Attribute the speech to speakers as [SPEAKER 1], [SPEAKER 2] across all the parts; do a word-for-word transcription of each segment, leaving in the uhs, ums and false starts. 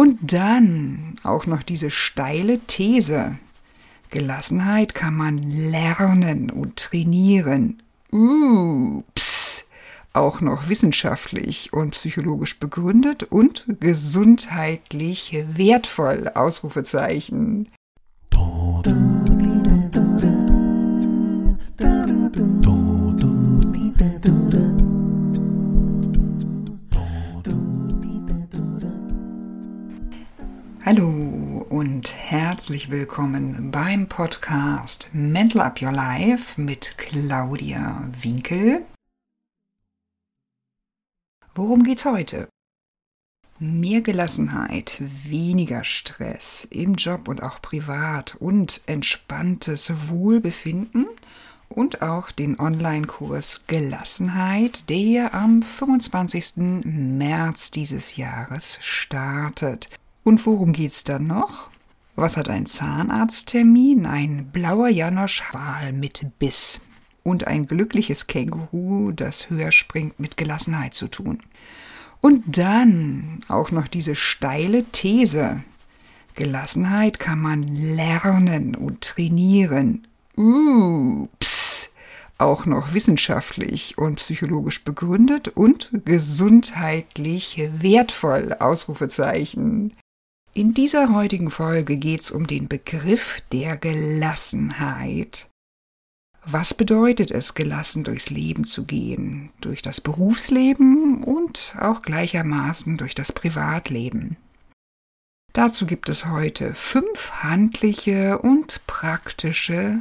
[SPEAKER 1] Und dann auch noch diese steile These: Gelassenheit kann man lernen und trainieren. Ups, auch noch wissenschaftlich und psychologisch begründet und gesundheitlich wertvoll. Ausrufezeichen. Hallo und herzlich willkommen beim Podcast Mental Up Your Life mit Claudia Winkel. Worum geht's heute? Mehr Gelassenheit, weniger Stress im Job und auch privat und entspanntes Wohlbefinden und auch den Online-Kurs Gelassenheit, der am fünfundzwanzigsten März dieses Jahres startet. Und worum geht's dann noch? Was hat ein Zahnarzttermin, ein blauer Janosch-Wal mit Biss und ein glückliches Känguru, das höher springt, mit Gelassenheit zu tun? Und dann auch noch diese steile These: Gelassenheit kann man lernen und trainieren. Ups, auch noch wissenschaftlich und psychologisch begründet und gesundheitlich wertvoll. Ausrufezeichen. In dieser heutigen Folge geht es um den Begriff der Gelassenheit. Was bedeutet es, gelassen durchs Leben zu gehen, durch das Berufsleben und auch gleichermaßen durch das Privatleben? Dazu gibt es heute fünf handliche und praktische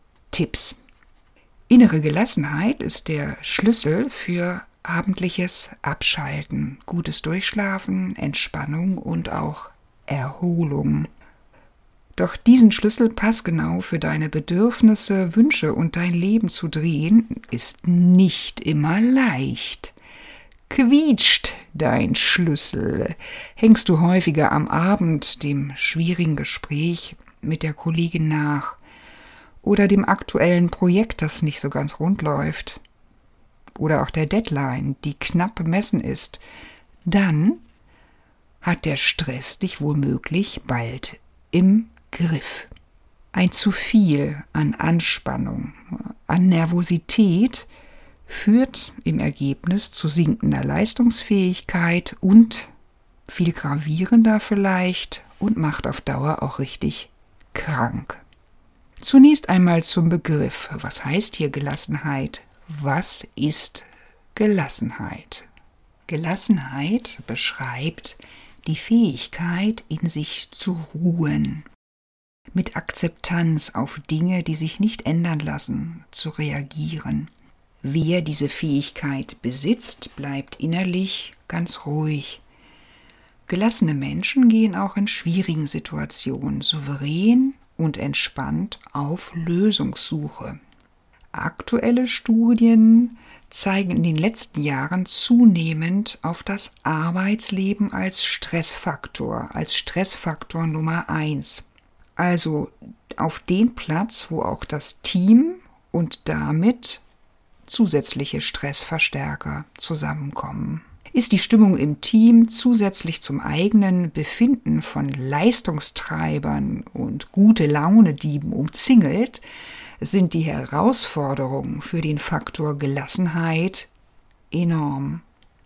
[SPEAKER 1] Tipps. Innere Gelassenheit ist der Schlüssel für abendliches Abschalten, gutes Durchschlafen, Entspannung und auch Erholung. Doch diesen Schlüssel passgenau für deine Bedürfnisse, Wünsche und dein Leben zu drehen, ist nicht immer leicht. Quietscht dein Schlüssel? Hängst du häufiger am Abend dem schwierigen Gespräch mit der Kollegin nach oder dem aktuellen Projekt, das nicht so ganz rund läuft, oder auch der Deadline, die knapp bemessen ist, dann hat der Stress dich womöglich bald im Griff. Ein zu viel an Anspannung, an Nervosität führt im Ergebnis zu sinkender Leistungsfähigkeit und, viel gravierender vielleicht, und macht auf Dauer auch richtig krank. Zunächst einmal zum Begriff. Was heißt hier Gelassenheit? Was ist Gelassenheit? Gelassenheit beschreibt die Fähigkeit, in sich zu ruhen, mit Akzeptanz auf Dinge, die sich nicht ändern lassen, zu reagieren. Wer diese Fähigkeit besitzt, bleibt innerlich ganz ruhig. Gelassene Menschen gehen auch in schwierigen Situationen souverän und entspannt auf Lösungssuche. Aktuelle Studien zeigen in den letzten Jahren zunehmend auf das Arbeitsleben als Stressfaktor, als Stressfaktor Nummer eins. Also auf den Platz, wo auch das Team und damit zusätzliche Stressverstärker zusammenkommen. Ist die Stimmung im Team zusätzlich zum eigenen Befinden von Leistungstreibern und Gute-Laune-Dieben umzingelt, sind die Herausforderungen für den Faktor Gelassenheit enorm.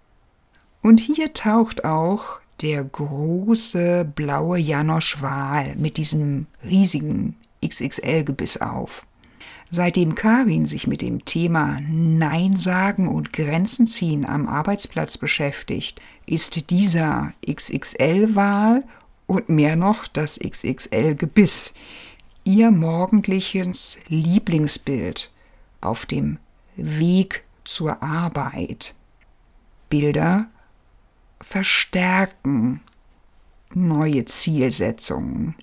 [SPEAKER 1] Und hier taucht auch der große blaue Janosch-Wal mit diesem riesigen X X L-Gebiss auf. Seitdem Karin sich mit dem Thema Nein sagen und Grenzen ziehen am Arbeitsplatz beschäftigt, ist dieser X X L-Wal und mehr noch das X X L-Gebiss ihr morgendliches Lieblingsbild auf dem Weg zur Arbeit. Bilder verstärken neue Zielsetzungen.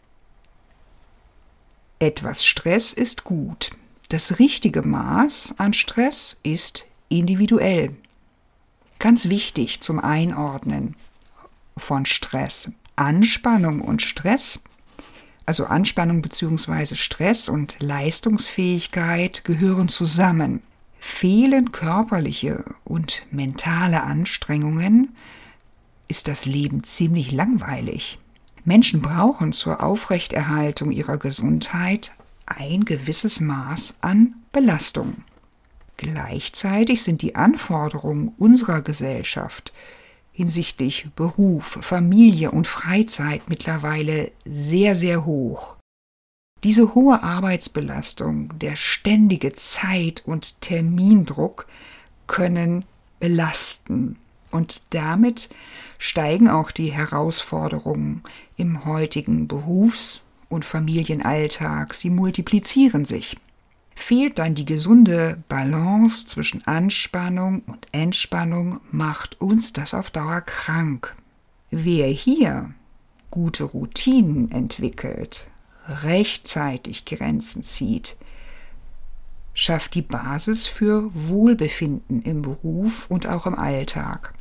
[SPEAKER 1] Etwas Stress ist gut. Das richtige Maß an Stress ist individuell. Ganz wichtig zum Einordnen von Stress. Anspannung und Stress, also Anspannung bzw. Stress und Leistungsfähigkeit gehören zusammen. Fehlen körperliche und mentale Anstrengungen, ist das Leben ziemlich langweilig. Menschen brauchen zur Aufrechterhaltung ihrer Gesundheit ein gewisses Maß an Belastung. Gleichzeitig sind die Anforderungen unserer Gesellschaft hinsichtlich Beruf, Familie und Freizeit mittlerweile sehr, sehr hoch. Diese hohe Arbeitsbelastung, der ständige Zeit- und Termindruck können belasten. Und damit steigen auch die Herausforderungen im heutigen Berufs- und Familienalltag. Sie multiplizieren sich. Fehlt dann die gesunde Balance zwischen Anspannung und Entspannung, macht uns das auf Dauer krank. Wer hier gute Routinen entwickelt, rechtzeitig Grenzen zieht, schafft die Basis für Wohlbefinden im Beruf und auch im Alltag.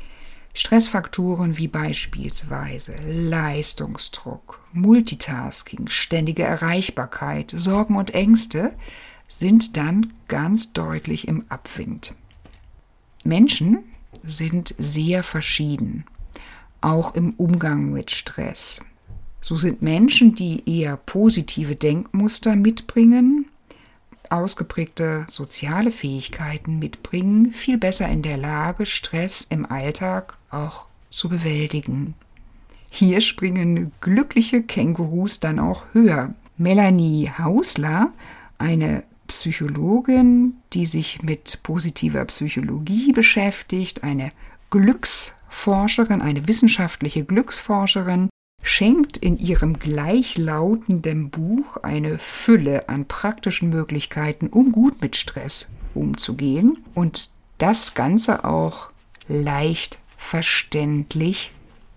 [SPEAKER 1] Stressfaktoren wie beispielsweise Leistungsdruck, Multitasking, ständige Erreichbarkeit, Sorgen und Ängste sind dann ganz deutlich im Abwind. Menschen sind sehr verschieden, auch im Umgang mit Stress. So sind Menschen, die eher positive Denkmuster mitbringen, ausgeprägte soziale Fähigkeiten mitbringen, viel besser in der Lage, Stress im Alltag auch zu bewältigen. Hier springen glückliche Kängurus dann auch höher. Melanie Hausler, eine Psychologin, die sich mit positiver Psychologie beschäftigt, eine Glücksforscherin, eine wissenschaftliche Glücksforscherin, schenkt in ihrem gleichlautenden Buch eine Fülle an praktischen Möglichkeiten, um gut mit Stress umzugehen und das Ganze auch leicht verständlich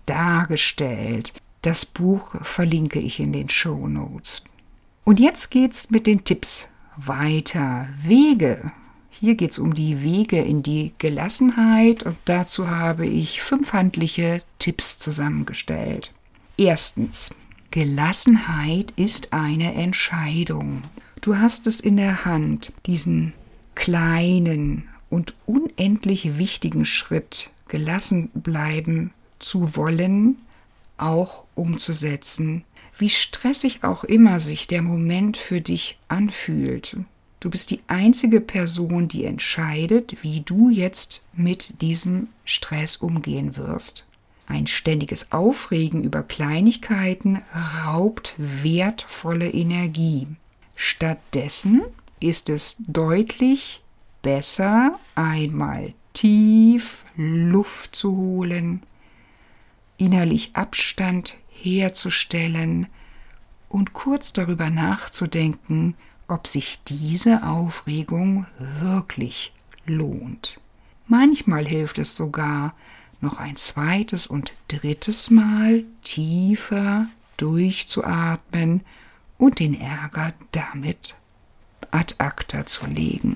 [SPEAKER 1] dargestellt. Das Buch verlinke ich in den Shownotes. Und jetzt geht's mit den Tipps weiter. Wege. Hier geht es um die Wege in die Gelassenheit und dazu habe ich fünf handliche Tipps zusammengestellt. Erstens, Gelassenheit ist eine Entscheidung. Du hast es in der Hand, diesen kleinen und unendlich wichtigen Schritt, gelassen bleiben zu wollen, auch umzusetzen. Wie stressig auch immer sich der Moment für dich anfühlt. Du bist die einzige Person, die entscheidet, wie du jetzt mit diesem Stress umgehen wirst. Ein ständiges Aufregen über Kleinigkeiten raubt wertvolle Energie. Stattdessen ist es deutlich besser, einmal tief Luft zu holen, innerlich Abstand herzustellen und kurz darüber nachzudenken, ob sich diese Aufregung wirklich lohnt. Manchmal hilft es sogar, noch ein zweites und drittes Mal tiefer durchzuatmen und den Ärger damit ad acta zu legen.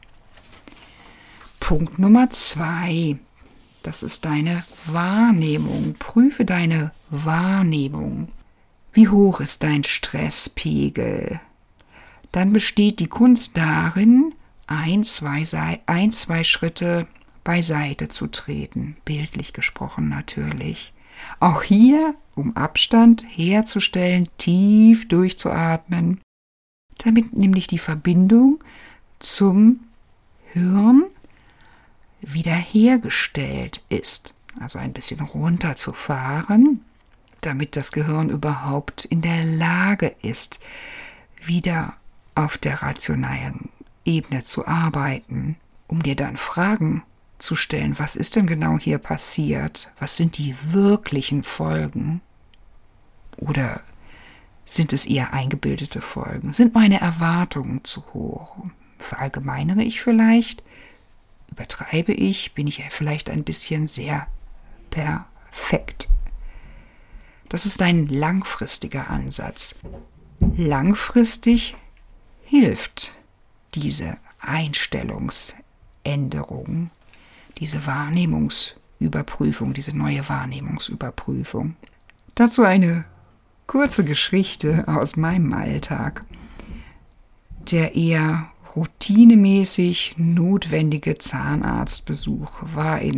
[SPEAKER 1] Punkt Nummer zwei. Das ist deine Wahrnehmung. Prüfe deine Wahrnehmung. Wie hoch ist dein Stresspegel? Dann besteht die Kunst darin, ein, zwei, ein, zwei Schritte beiseite zu treten, bildlich gesprochen natürlich. Auch hier, um Abstand herzustellen, tief durchzuatmen, damit nämlich die Verbindung zum Hirn wiederhergestellt ist. Also ein bisschen runterzufahren, damit das Gehirn überhaupt in der Lage ist, wieder auf der rationalen Ebene zu arbeiten, um dir dann Fragen zu stellen, was ist denn genau hier passiert? Was sind die wirklichen Folgen? Oder sind es eher eingebildete Folgen? Sind meine Erwartungen zu hoch? Verallgemeinere ich vielleicht? Übertreibe ich? Bin ich vielleicht ein bisschen sehr perfekt? Das ist ein langfristiger Ansatz. Langfristig hilft diese Einstellungsänderung, diese Wahrnehmungsüberprüfung, diese neue Wahrnehmungsüberprüfung. Dazu eine kurze Geschichte aus meinem Alltag. Der eher routinemäßig notwendige Zahnarztbesuch war in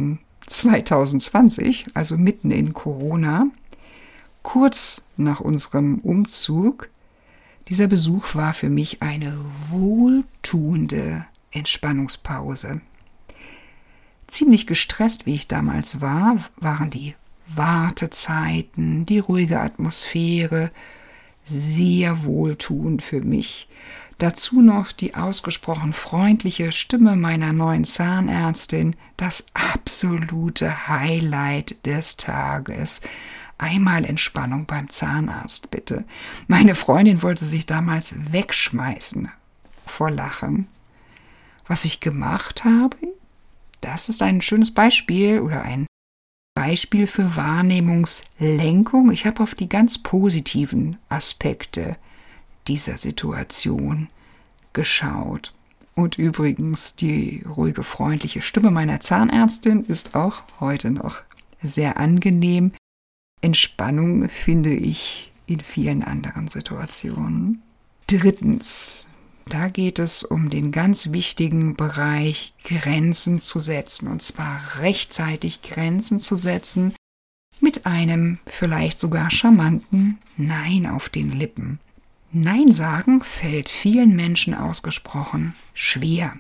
[SPEAKER 1] zwanzig zwanzig, also mitten in Corona, kurz nach unserem Umzug. Dieser Besuch war für mich eine wohltuende Entspannungspause. Ziemlich gestresst, wie ich damals war, waren die Wartezeiten, die ruhige Atmosphäre sehr wohltuend für mich. Dazu noch die ausgesprochen freundliche Stimme meiner neuen Zahnärztin, das absolute Highlight des Tages. Einmal Entspannung beim Zahnarzt, bitte. Meine Freundin wollte sich damals wegschmeißen vor Lachen. Was ich gemacht habe, das ist ein schönes Beispiel oder ein Beispiel für Wahrnehmungslenkung. Ich habe auf die ganz positiven Aspekte dieser Situation geschaut. Und übrigens, die ruhige, freundliche Stimme meiner Zahnärztin ist auch heute noch sehr angenehm. Entspannung finde ich in vielen anderen Situationen. Drittens, da geht es um den ganz wichtigen Bereich, Grenzen zu setzen. Und zwar rechtzeitig Grenzen zu setzen mit einem vielleicht sogar charmanten Nein auf den Lippen. Nein sagen fällt vielen Menschen ausgesprochen schwer.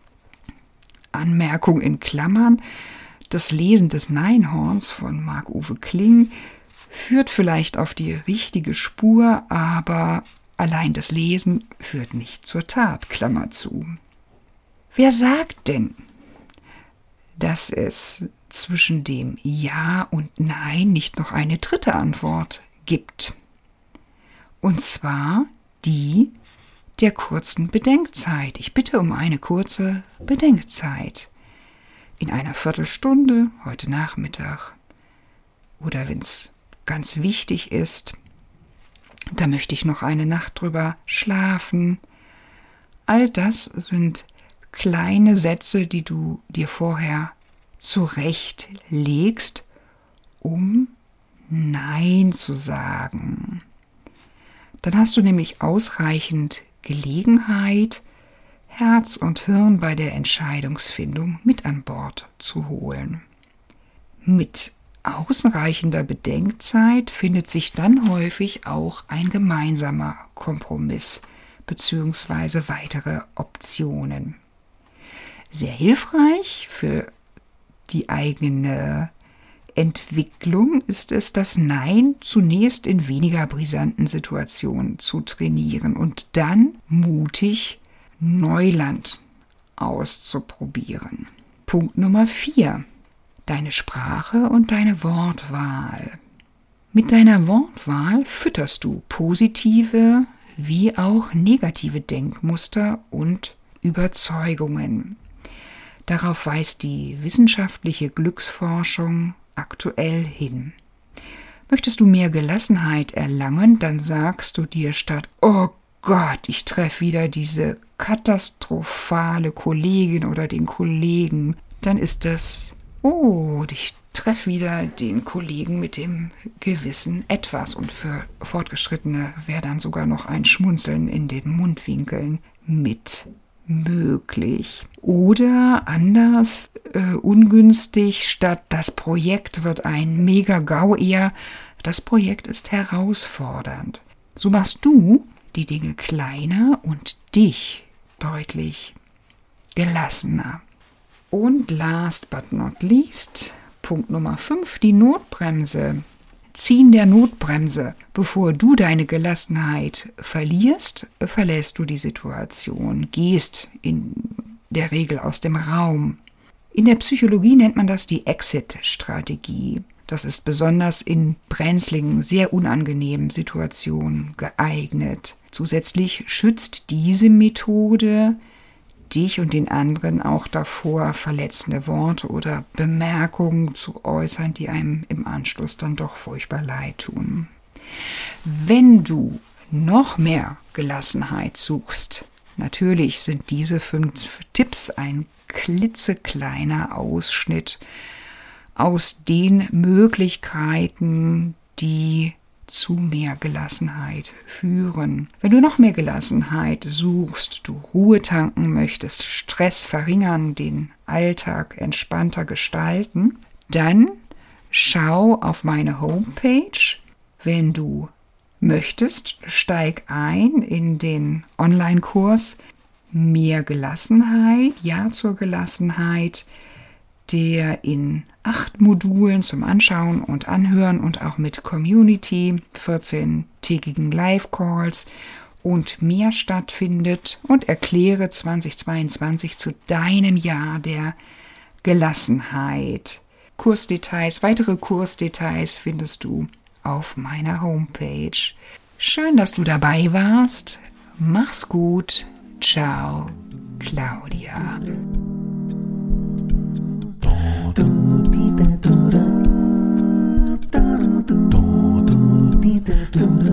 [SPEAKER 1] Anmerkung in Klammern: Das Lesen des Neinhorns von Marc-Uwe Kling führt vielleicht auf die richtige Spur, aber allein das Lesen führt nicht zur Tat, Klammer zu. Wer sagt denn, dass es zwischen dem Ja und Nein nicht noch eine dritte Antwort gibt? Und zwar die der kurzen Bedenkzeit. Ich bitte um eine kurze Bedenkzeit. In einer Viertelstunde, heute Nachmittag. Oder wenn es ganz wichtig ist, da möchte ich noch eine Nacht drüber schlafen. All das sind kleine Sätze, die du dir vorher zurechtlegst, um Nein zu sagen. Dann hast du nämlich ausreichend Gelegenheit, Herz und Hirn bei der Entscheidungsfindung mit an Bord zu holen. Mit ausreichender Bedenkzeit findet sich dann häufig auch ein gemeinsamer Kompromiss bzw. weitere Optionen. Sehr hilfreich für die eigene Entwicklung ist es, das Nein zunächst in weniger brisanten Situationen zu trainieren und dann mutig Neuland auszuprobieren. Punkt Nummer vier. Deine Sprache und deine Wortwahl. Mit deiner Wortwahl fütterst du positive wie auch negative Denkmuster und Überzeugungen. Darauf weist die wissenschaftliche Glücksforschung aktuell hin. Möchtest du mehr Gelassenheit erlangen, dann sagst du dir statt „Oh Gott, ich treffe wieder diese katastrophale Kollegin oder den Kollegen“, dann ist das „Oh, ich treffe wieder den Kollegen mit dem gewissen Etwas“, und für Fortgeschrittene wäre dann sogar noch ein Schmunzeln in den Mundwinkeln mit möglich. Oder anders, äh, ungünstig, statt „das Projekt wird ein Mega-GAU“ eher „das Projekt ist herausfordernd“. So machst du die Dinge kleiner und dich deutlich gelassener. Und last but not least, Punkt Nummer fünf, die Notbremse. Ziehen der Notbremse. Bevor du deine Gelassenheit verlierst, verlässt du die Situation, gehst in der Regel aus dem Raum. In der Psychologie nennt man das die Exit-Strategie. Das ist besonders in brenzligen, sehr unangenehmen Situationen geeignet. Zusätzlich schützt diese Methode dich und den anderen auch davor, verletzende Worte oder Bemerkungen zu äußern, die einem im Anschluss dann doch furchtbar leid tun. Wenn du noch mehr Gelassenheit suchst, natürlich sind diese fünf Tipps ein klitzekleiner Ausschnitt aus den Möglichkeiten, die zu mehr Gelassenheit führen. Wenn du noch mehr Gelassenheit suchst, du Ruhe tanken möchtest, Stress verringern, den Alltag entspannter gestalten, dann schau auf meine Homepage. Wenn du möchtest, steig ein in den Online-Kurs Mehr Gelassenheit, Ja zur Gelassenheit, der in acht Modulen zum Anschauen und Anhören und auch mit Community, vierzehntägigen Live-Calls und mehr stattfindet, und erkläre zweitausendzweiundzwanzig zu deinem Jahr der Gelassenheit. Kursdetails, weitere Kursdetails findest du auf meiner Homepage. Schön, dass du dabei warst. Mach's gut. Ciao, Claudia. Do